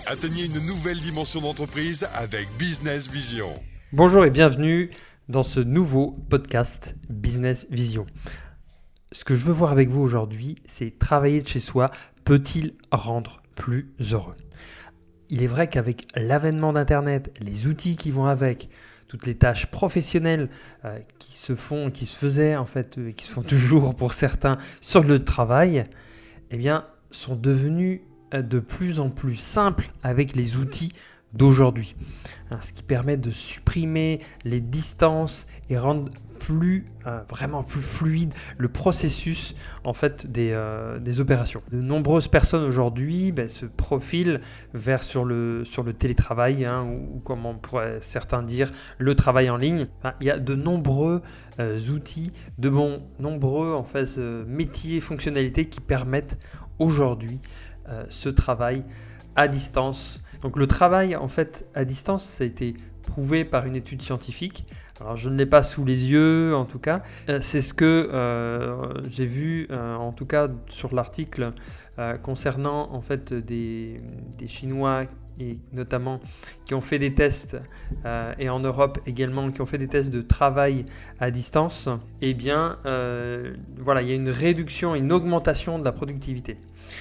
Atteignez une nouvelle dimension d'entreprise avec Business Vision. Bonjour et bienvenue dans ce nouveau podcast Business Vision. Ce que je veux voir avec vous aujourd'hui, c'est travailler de chez soi peut-il rendre plus heureux ? Il est vrai qu'avec l'avènement d'Internet, les outils qui vont avec, toutes les tâches professionnelles qui se faisaient qui se font toujours pour certains sur le travail, sont devenues de plus en plus simples avec les outils d'aujourd'hui. Ce qui permet de supprimer les distances et rendre vraiment plus fluide le processus des opérations. De nombreuses personnes aujourd'hui se profilent sur le télétravail ou comme on pourrait certains dire le travail en ligne. Il y a de nombreux outils, nombreux métiers, fonctionnalités qui permettent aujourd'hui ce travail à distance. Donc le travail à distance, ça a été prouvé par une étude scientifique. Alors je ne l'ai pas sous les yeux en tout cas. C'est ce que j'ai vu en tout cas sur l'article concernant des Chinois et notamment qui ont fait des tests et en Europe également qui ont fait des tests de travail à distance. Il y a une réduction, une augmentation de la productivité.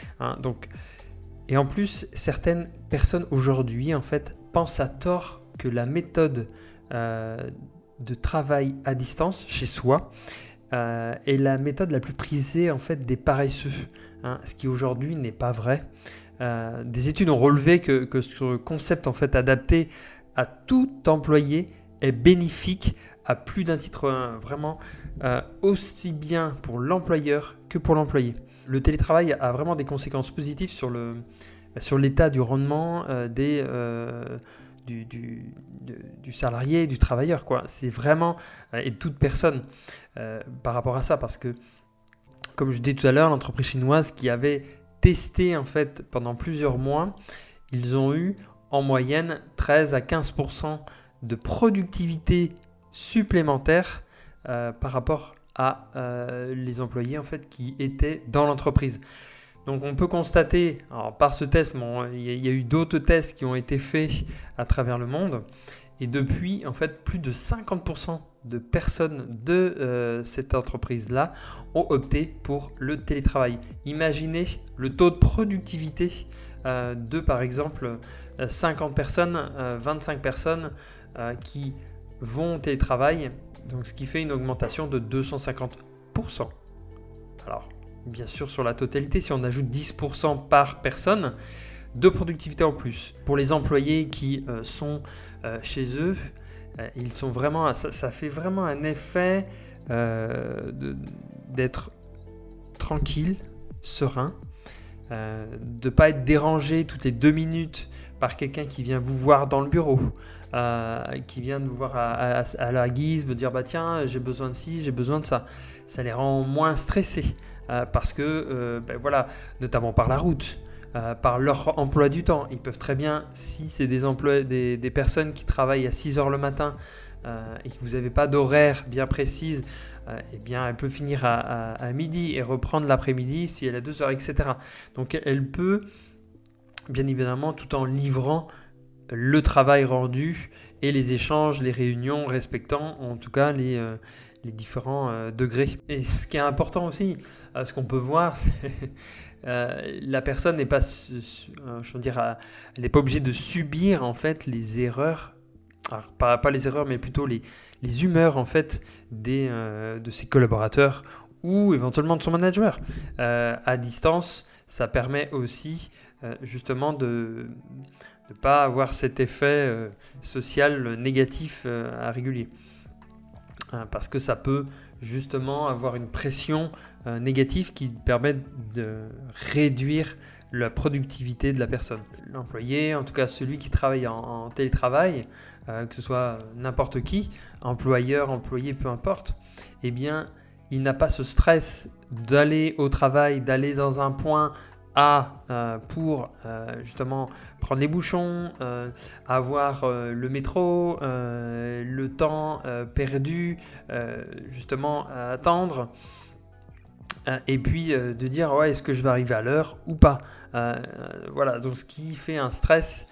Et en plus, certaines personnes aujourd'hui pensent à tort que la méthode de travail à distance chez soi est la méthode la plus prisée des paresseux, ce qui aujourd'hui n'est pas vrai. Des études ont relevé que ce concept adapté à tout employé est bénéfique à plus d'un titre, vraiment aussi bien pour l'employeur que pour l'employé. Le télétravail a vraiment des conséquences positives sur l'état du rendement du salarié, du travailleur, quoi. C'est vraiment, et de toute personne par rapport à ça, parce que, comme je disais tout à l'heure, l'entreprise chinoise qui avait testé pendant plusieurs mois, ils ont eu en moyenne 13 à 15% de productivité supplémentaire par rapport à les employés qui étaient dans l'entreprise. Donc on peut constater, alors par ce test, il y a eu d'autres tests qui ont été faits à travers le monde, et depuis plus de 50% de personnes de cette entreprise-là ont opté pour le télétravail. Imaginez le taux de productivité de par exemple 50 personnes, 25 personnes qui vont au télétravail, donc ce qui fait une augmentation de 250%. Alors, bien sûr, sur la totalité, si on ajoute 10% par personne de productivité en plus. Pour les employés qui sont chez eux, ils sont vraiment, ça fait vraiment un effet d'être tranquille, serein, de ne pas être dérangé toutes les 2 minutes par quelqu'un qui vient vous voir dans le bureau, qui vient de vous voir à la guise, vous dire tiens, j'ai besoin de ci, j'ai besoin de ça. Ça les rend moins stressés parce que, notamment par la route, par leur emploi du temps. Ils peuvent très bien, si c'est des personnes qui travaillent à 6 heures le matin et que vous n'avez pas d'horaire bien précise, elle peut finir à midi et reprendre l'après-midi si elle a 2 heures, etc. Donc elle peut, bien évidemment, tout en livrant le travail rendu et les échanges, les réunions, respectant en tout cas les différents degrés. Et ce qui est important aussi, ce qu'on peut voir, c'est la personne n'est pas, elle n'est pas obligée de subir les erreurs, alors, pas les erreurs, mais plutôt les humeurs de ses collaborateurs ou éventuellement de son manager. À distance, ça permet aussi justement de ne pas avoir cet effet social négatif à régulier. Parce que ça peut justement avoir une pression négative qui permet de réduire la productivité de la personne. L'employé, en tout cas celui qui travaille en télétravail, que ce soit n'importe qui, employeur, employé, peu importe, il n'a pas ce stress d'aller au travail, d'aller dans un point pour justement prendre les bouchons, avoir le métro, le temps perdu justement à attendre. Et puis de dire est-ce que je vais arriver à l'heure ou pas. Voilà, donc ce qui fait un stress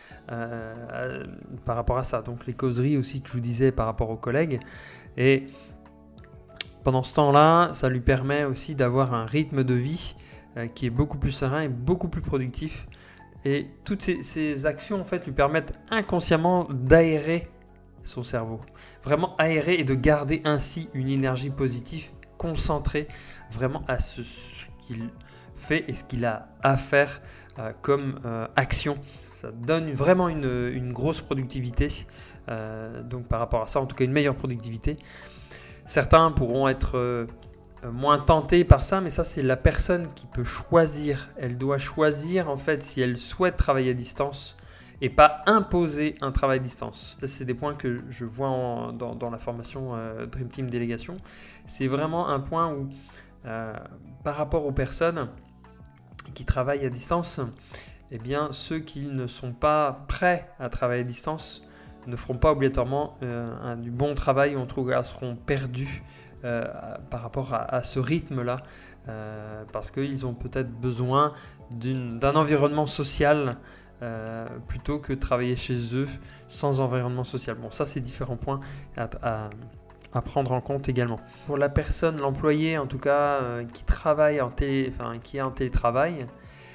par rapport à ça. Donc les causeries aussi que je vous disais par rapport aux collègues. Et pendant ce temps-là, ça lui permet aussi d'avoir un rythme de vie qui est beaucoup plus serein et beaucoup plus productif. Et toutes ces actions en fait lui permettent inconsciemment d'aérer son cerveau. Vraiment aérer et de garder ainsi une énergie positive concentrée vraiment à ce qu'il fait et ce qu'il a à faire comme action. Ça donne vraiment une grosse productivité. Donc par rapport à ça, en tout cas une meilleure productivité. Certains pourront être moins tentés par ça, mais ça c'est la personne qui peut choisir. Elle doit choisir en fait si elle souhaite travailler à distance et pas imposer un travail à distance. Ça c'est des points que je vois dans la formation Dream Team Délégation. C'est vraiment un point où par rapport aux personnes qui travaillent à distance, eh bien ceux qui ne sont pas prêts à travailler à distance ne feront pas obligatoirement du bon travail, ou en tout cas seront perdus par rapport à ce rythme-là, parce qu'ils ont peut-être besoin d'un environnement social plutôt que de travailler chez eux sans environnement social. Bon, ça c'est différents points à prendre en compte également. Pour la personne, l'employé en tout cas, qui travaille qui est en télétravail,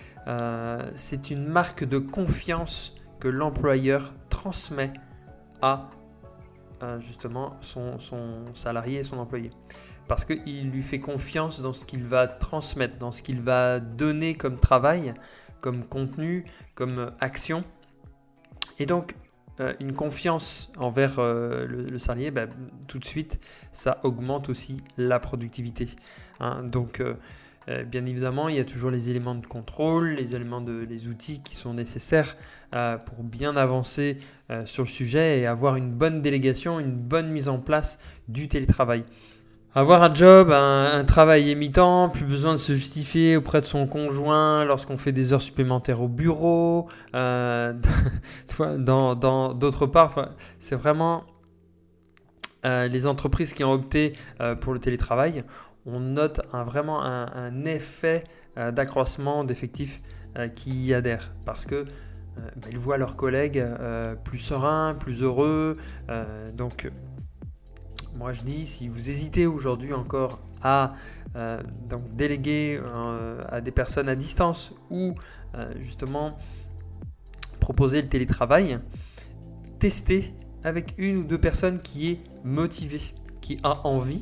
c'est une marque de confiance que l'employeur transmet à justement son salarié et son employé. Parce qu'il lui fait confiance dans ce qu'il va transmettre, dans ce qu'il va donner comme travail, comme contenu, comme action. Et donc, une confiance envers le salarié, tout de suite, ça augmente aussi la productivité. Donc, bien évidemment, il y a toujours les éléments de contrôle, les outils qui sont nécessaires pour bien avancer sur le sujet et avoir une bonne délégation, une bonne mise en place du télétravail. Avoir un job, un travail mi-temps, plus besoin de se justifier auprès de son conjoint lorsqu'on fait des heures supplémentaires au bureau. D'autre part, c'est vraiment les entreprises qui ont opté pour le télétravail. On note vraiment un effet d'accroissement d'effectifs qui y adhèrent parce que ils voient leurs collègues plus sereins, plus heureux. Donc, moi je dis, si vous hésitez aujourd'hui encore à donc déléguer à des personnes à distance ou justement proposer le télétravail, testez avec une ou deux personnes qui est motivée, qui a envie,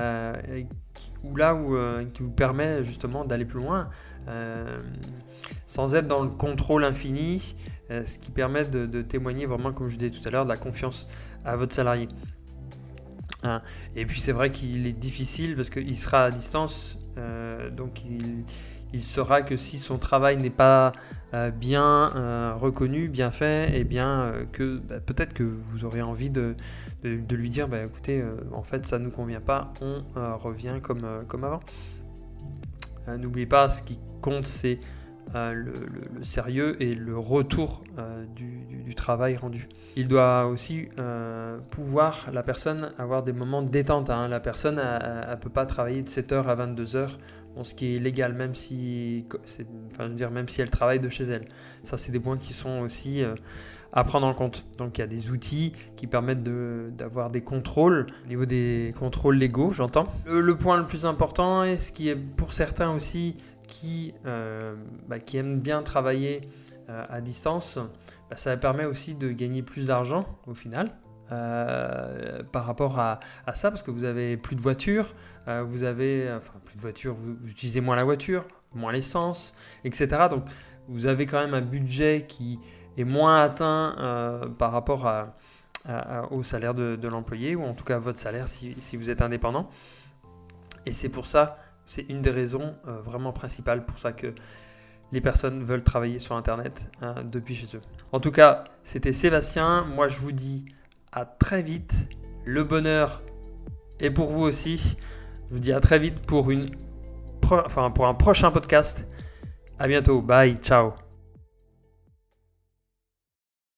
qui vous permet justement d'aller plus loin sans être dans le contrôle infini, ce qui permet de témoigner vraiment, comme je disais tout à l'heure, de la confiance à votre salarié. Et puis c'est vrai qu'il est difficile parce qu'il sera à distance, donc il saura que si son travail n'est pas bien reconnu, bien fait, et bien que peut-être que vous aurez envie de lui dire écoutez, en fait ça ne nous convient pas, on revient comme avant. N'oubliez pas, ce qui compte c'est le sérieux et le retour du travail rendu. Il doit aussi pouvoir, la personne, avoir des moments de détente. La personne ne peut pas travailler de 7h à 22h, ce qui est légal, même si elle travaille de chez elle. Ça, c'est des points qui sont aussi à prendre en compte. Donc, il y a des outils qui permettent d'avoir des contrôles, au niveau des contrôles légaux, j'entends. Le point le plus important, et ce qui est pour certains aussi, qui aiment bien travailler à distance, ça permet aussi de gagner plus d'argent au final par rapport à ça, parce que vous avez plus de voiture, vous utilisez moins la voiture, moins l'essence, etc. Donc vous avez quand même un budget qui est moins atteint par rapport au salaire de l'employé, ou en tout cas votre salaire si vous êtes indépendant. Et c'est pour ça, c'est une des raisons vraiment principales pour ça que les personnes veulent travailler sur Internet depuis chez eux. En tout cas, c'était Sébastien. Moi, je vous dis à très vite. Le bonheur est pour vous aussi. Je vous dis à très vite pour un prochain podcast. À bientôt. Bye. Ciao.